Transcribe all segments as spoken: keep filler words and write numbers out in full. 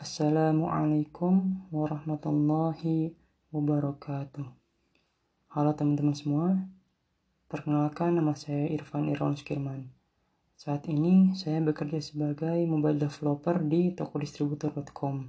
Assalamualaikum warahmatullahi wabarakatuh. Halo teman-teman semua, perkenalkan nama saya Irfan Irawan Sukirman. Saat ini saya bekerja sebagai mobile developer di tokodistributor dot com.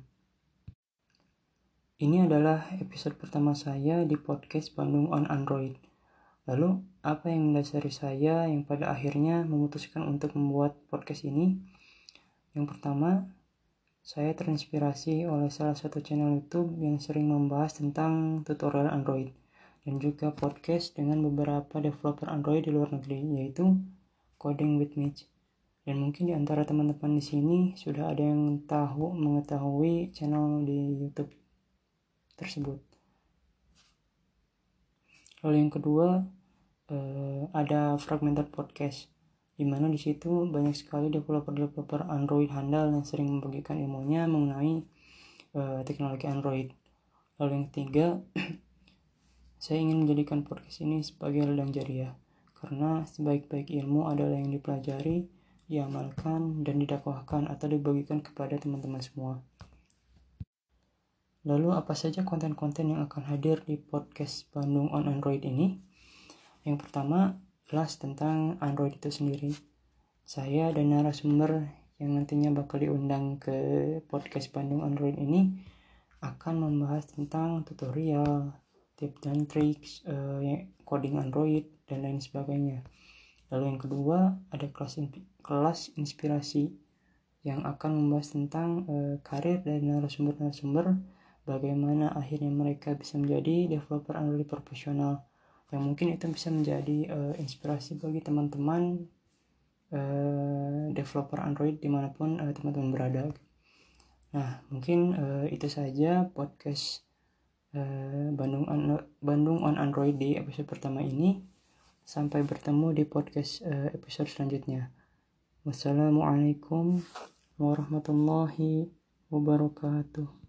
Ini adalah episode pertama saya di podcast Bandung on Android. Lalu, apa yang mendasari saya yang pada akhirnya memutuskan untuk membuat podcast ini? Yang pertama, saya terinspirasi oleh salah satu channel YouTube yang sering membahas tentang tutorial Android dan juga podcast dengan beberapa developer Android di luar negeri, yaitu Coding with Mitch. Dan mungkin di antara teman-teman di sini sudah ada yang tahu mengetahui channel di YouTube tersebut. Lalu yang kedua, eh, ada Fragmented Podcast, di mana di situ banyak sekali developer-developer Android handal yang sering membagikan ilmunya mengenai uh, teknologi Android. Lalu yang ketiga, saya ingin menjadikan podcast ini sebagai ladang jariah, karena sebaik-baik ilmu adalah yang dipelajari, diamalkan, dan didakwahkan atau dibagikan kepada teman-teman semua. Lalu apa saja konten-konten yang akan hadir di podcast Bandung on Android ini? Yang pertama, kelas tentang Android itu sendiri. Saya dan narasumber yang nantinya bakal diundang ke podcast Bandung Android ini akan membahas tentang tutorial, tips dan triks, uh, coding Android, dan lain sebagainya. Lalu yang kedua, ada kelas, kelas inspirasi yang akan membahas tentang uh, karir dari narasumber-narasumber, bagaimana akhirnya mereka bisa menjadi developer Android profesional, yang mungkin itu bisa menjadi uh, inspirasi bagi teman-teman uh, developer Android dimanapun uh, teman-teman berada. Nah, mungkin uh, itu saja podcast uh, Bandung on, Bandung on Android di episode pertama ini. Sampai bertemu di podcast uh, episode selanjutnya. Wassalamualaikum warahmatullahi wabarakatuh.